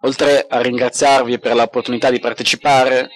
oltre a ringraziarvi per l'opportunità di partecipare,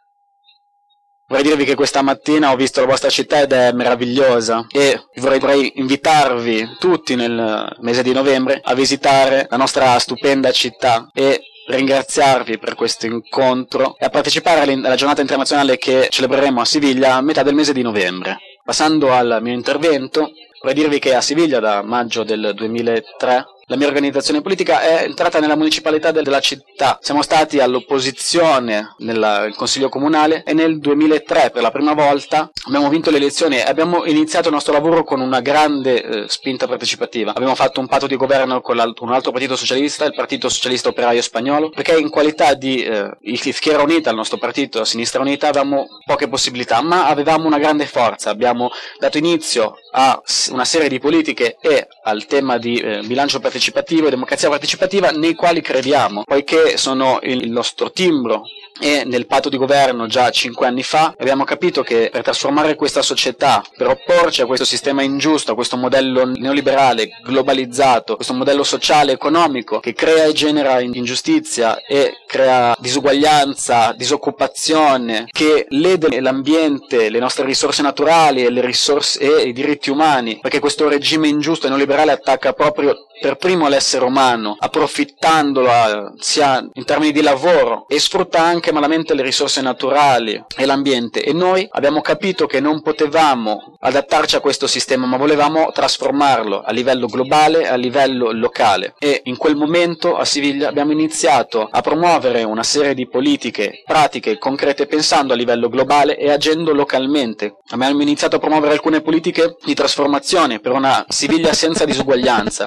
vorrei dirvi che questa mattina ho visto la vostra città ed è meravigliosa e vorrei invitarvi tutti nel mese di novembre a visitare la nostra stupenda città e ringraziarvi per questo incontro e a partecipare alla giornata internazionale che celebreremo a Siviglia a metà del mese di novembre. Passando al mio intervento, vorrei dirvi che a Siviglia da maggio del 2003 la mia organizzazione politica è entrata nella municipalità della città. Siamo stati all'opposizione nel Consiglio Comunale e nel 2003 per la prima volta abbiamo vinto le elezioni e abbiamo iniziato il nostro lavoro con una grande spinta partecipativa. Abbiamo fatto un patto di governo con un altro partito socialista, il Partito Socialista Operaio Spagnolo, perché in qualità di Izquierda Unita, il nostro partito, Sinistra Unita, avevamo poche possibilità, ma avevamo una grande forza. Abbiamo dato inizio a una serie di politiche e al tema di bilancio partecipativo e democrazia partecipativa nei quali crediamo, poiché sono il nostro timbro, e nel patto di governo già 5 anni fa abbiamo capito che per trasformare questa società, per opporci a questo sistema ingiusto, a questo modello neoliberale globalizzato, questo modello sociale economico che crea e genera ingiustizia e crea disuguaglianza, disoccupazione, che lede l'ambiente, le nostre risorse naturali e le risorse e i diritti umani, perché questo regime ingiusto e neoliberale attacca proprio per primo l'essere umano, approfittandolo sia in termini di lavoro, e sfrutta anche malamente le risorse naturali e l'ambiente. E noi abbiamo capito che non potevamo adattarci a questo sistema, ma volevamo trasformarlo a livello globale, a livello locale. E in quel momento a Siviglia abbiamo iniziato a promuovere una serie di politiche pratiche, concrete, pensando a livello globale e agendo localmente. Abbiamo iniziato a promuovere alcune politiche di trasformazione per una Siviglia senza disuguaglianza.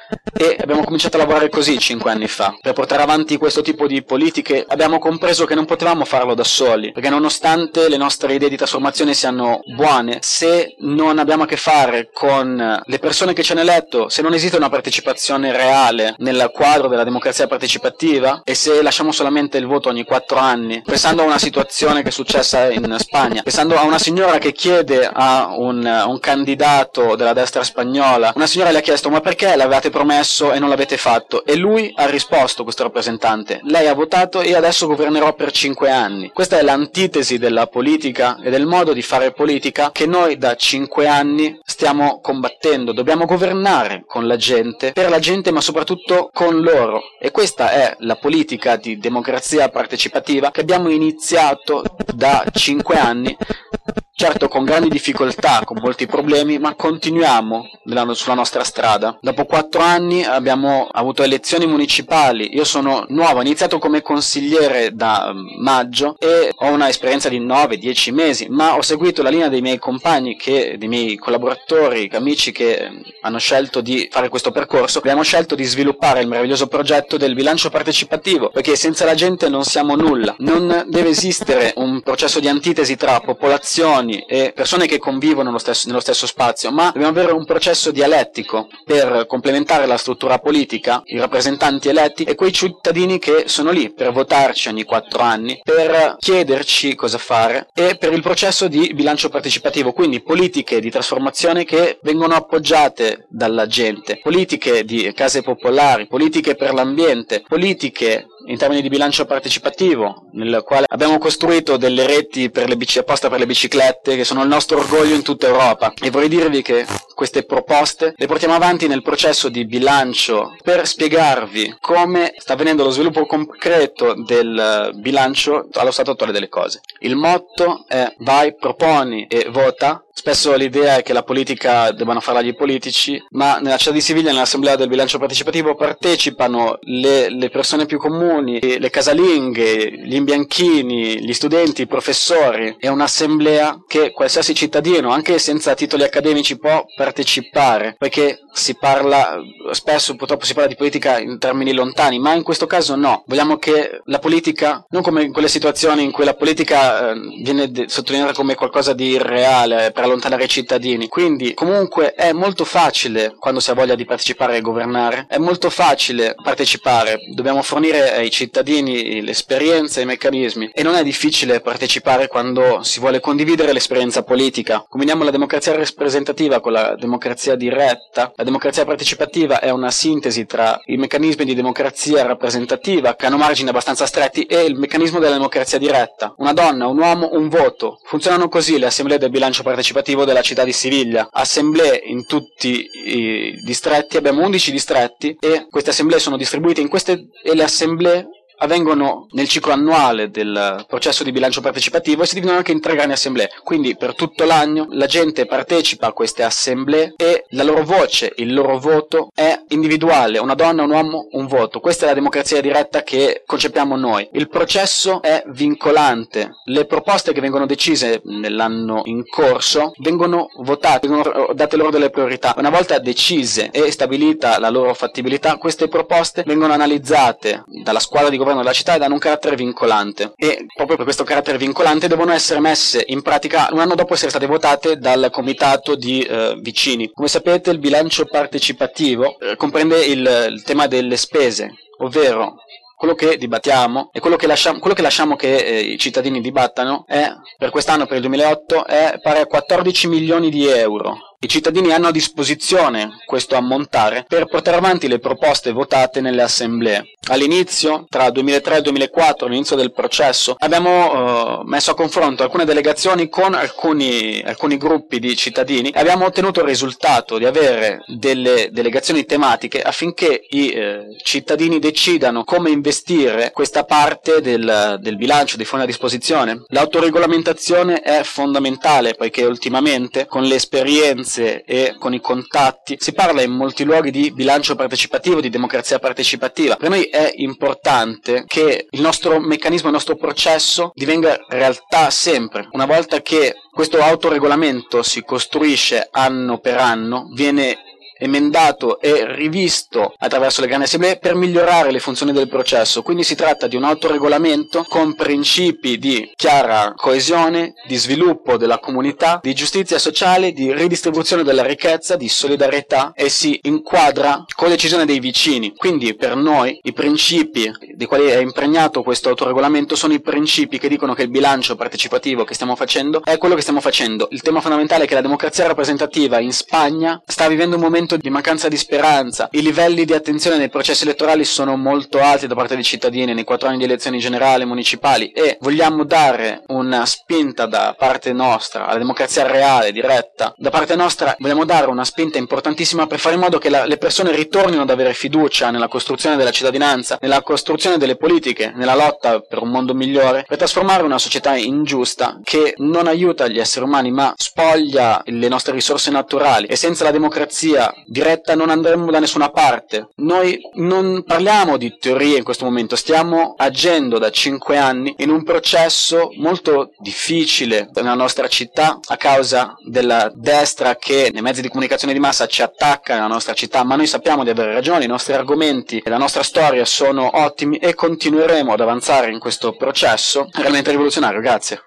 E abbiamo cominciato a lavorare così 5 anni fa. Per portare avanti questo tipo di politiche abbiamo compreso che non potevamo farlo da soli, perché nonostante le nostre idee di trasformazione siano buone, se non abbiamo a che fare con le persone che ci hanno eletto, se non esiste una partecipazione reale nel quadro della democrazia partecipativa e se lasciamo solamente il voto ogni 4 anni, pensando a una situazione che è successa in Spagna, pensando a una signora che chiede a un candidato della destra spagnola, una signora le ha chiesto: ma perché l'avevate promesso e non l'avete fatto? E lui ha risposto, questo rappresentante: lei ha votato e adesso governerò per 5 anni. Questa è l'antitesi della politica e del modo di fare politica che noi da 5 anni stiamo combattendo. Dobbiamo governare con la gente, per la gente, ma soprattutto con loro. E questa è la politica di democrazia partecipativa che abbiamo iniziato da 5 anni. Certo, con grandi difficoltà, con molti problemi, ma continuiamo sulla nostra strada. Dopo 4 anni abbiamo avuto elezioni municipali. Io sono nuovo, ho iniziato come consigliere da maggio e ho una esperienza di 9-10 mesi, ma ho seguito la linea dei miei compagni, dei miei collaboratori, amici che hanno scelto di fare questo percorso. Abbiamo scelto di sviluppare il meraviglioso progetto del bilancio partecipativo, perché senza la gente non siamo nulla. Non deve esistere un processo di antitesi tra popolazioni e persone che convivono nello stesso spazio, ma dobbiamo avere un processo dialettico per complementare la struttura politica, i rappresentanti eletti e quei cittadini che sono lì per votarci ogni 4 anni, per chiederci cosa fare, e per il processo di bilancio partecipativo, quindi politiche di trasformazione che vengono appoggiate dalla gente, politiche di case popolari, politiche per l'ambiente, politiche in termini di bilancio partecipativo, nel quale abbiamo costruito delle reti apposta per le biciclette, che sono il nostro orgoglio in tutta Europa. E vorrei dirvi che queste proposte le portiamo avanti nel processo di bilancio per spiegarvi come sta avvenendo lo sviluppo concreto del bilancio allo stato attuale delle cose. Il motto è: vai, proponi e vota. Spesso l'idea è che la politica debbano farla gli politici, ma nella città di Siviglia, nell'assemblea del bilancio partecipativo, partecipano le persone più comuni, le casalinghe, gli imbianchini, gli studenti, i professori. È un'assemblea che qualsiasi cittadino, anche senza titoli accademici, può partecipare, perché spesso purtroppo si parla di politica in termini lontani, ma in questo caso no. Vogliamo che la politica, non come in quelle situazioni in cui la politica viene sottolineata come qualcosa di irreale per allontanare i cittadini. Quindi comunque è molto facile, quando si ha voglia di partecipare e governare, è molto facile partecipare. Dobbiamo fornire ai cittadini l'esperienza e i meccanismi, e non è difficile partecipare quando si vuole condividere l'esperienza politica. Combiniamo la democrazia rappresentativa con la democrazia diretta. La democrazia partecipativa è una sintesi tra i meccanismi di democrazia rappresentativa, che hanno margini abbastanza stretti, e il meccanismo della democrazia diretta. Una donna, un uomo, un voto. Funzionano così le assemblee del bilancio partecipativo della città di Siviglia. Assemblee in tutti i distretti, abbiamo 11 distretti, e queste assemblee sono distribuite in queste, e le assemblee avvengono nel ciclo annuale del processo di bilancio partecipativo e si dividono anche in 3 grandi assemblee. Quindi per tutto l'anno la gente partecipa a queste assemblee e la loro voce, il loro voto è individuale, una donna, un uomo, un voto. Questa è la democrazia diretta che concepiamo noi. Il processo è vincolante, le proposte che vengono decise nell'anno in corso vengono votate, vengono date loro delle priorità. Una volta decise e stabilita la loro fattibilità, queste proposte vengono analizzate dalla squadra di governo della città ed hanno un carattere vincolante, e proprio per questo carattere vincolante devono essere messe in pratica un anno dopo essere state votate dal comitato di vicini. Come sapete, il bilancio partecipativo comprende il tema delle spese, ovvero quello che dibattiamo e quello che lasciamo che i cittadini dibattano è, per quest'anno, per il 2008, è pari a 14 milioni di euro. I cittadini hanno a disposizione questo ammontare per portare avanti le proposte votate nelle assemblee. All'inizio, tra 2003 e 2004, all'inizio del processo, abbiamo messo a confronto alcune delegazioni con alcuni gruppi di cittadini e abbiamo ottenuto il risultato di avere delle delegazioni tematiche affinché i cittadini decidano come investire questa parte del bilancio, dei fondi a disposizione. L'autoregolamentazione è fondamentale, poiché ultimamente, con le esperienze e con i contatti, si parla in molti luoghi di bilancio partecipativo, di democrazia partecipativa. Per noi è importante che il nostro meccanismo, il nostro processo divenga realtà sempre. Una volta che questo autoregolamento si costruisce anno per anno, viene emendato e rivisto attraverso le grandi assemblee per migliorare le funzioni del processo. Quindi si tratta di un autoregolamento con principi di chiara coesione, di sviluppo della comunità, di giustizia sociale, di ridistribuzione della ricchezza, di solidarietà, e si inquadra con decisione dei vicini. Quindi per noi i principi di quali è impregnato questo autoregolamento sono i principi che dicono che il bilancio partecipativo che stiamo facendo è quello che stiamo facendo. Il tema fondamentale è che la democrazia rappresentativa in Spagna sta vivendo un momento di mancanza di speranza. I livelli di attenzione nei processi elettorali sono molto alti da parte dei cittadini nei 4 anni di elezioni generali e municipali, e vogliamo dare una spinta da parte nostra alla democrazia reale, diretta. Da parte nostra vogliamo dare una spinta importantissima per fare in modo che le persone ritornino ad avere fiducia nella costruzione della cittadinanza, nella costruzione delle politiche, nella lotta per un mondo migliore, per trasformare una società ingiusta che non aiuta gli esseri umani ma spoglia le nostre risorse naturali. E senza la democrazia diretta non andremo da nessuna parte. Noi non parliamo di teorie in questo momento, stiamo agendo da 5 anni in un processo molto difficile nella nostra città a causa della destra che nei mezzi di comunicazione di massa ci attacca nella nostra città, ma noi sappiamo di avere ragione, i nostri argomenti e la nostra storia sono ottimi e continueremo ad avanzare in questo processo realmente rivoluzionario. Grazie.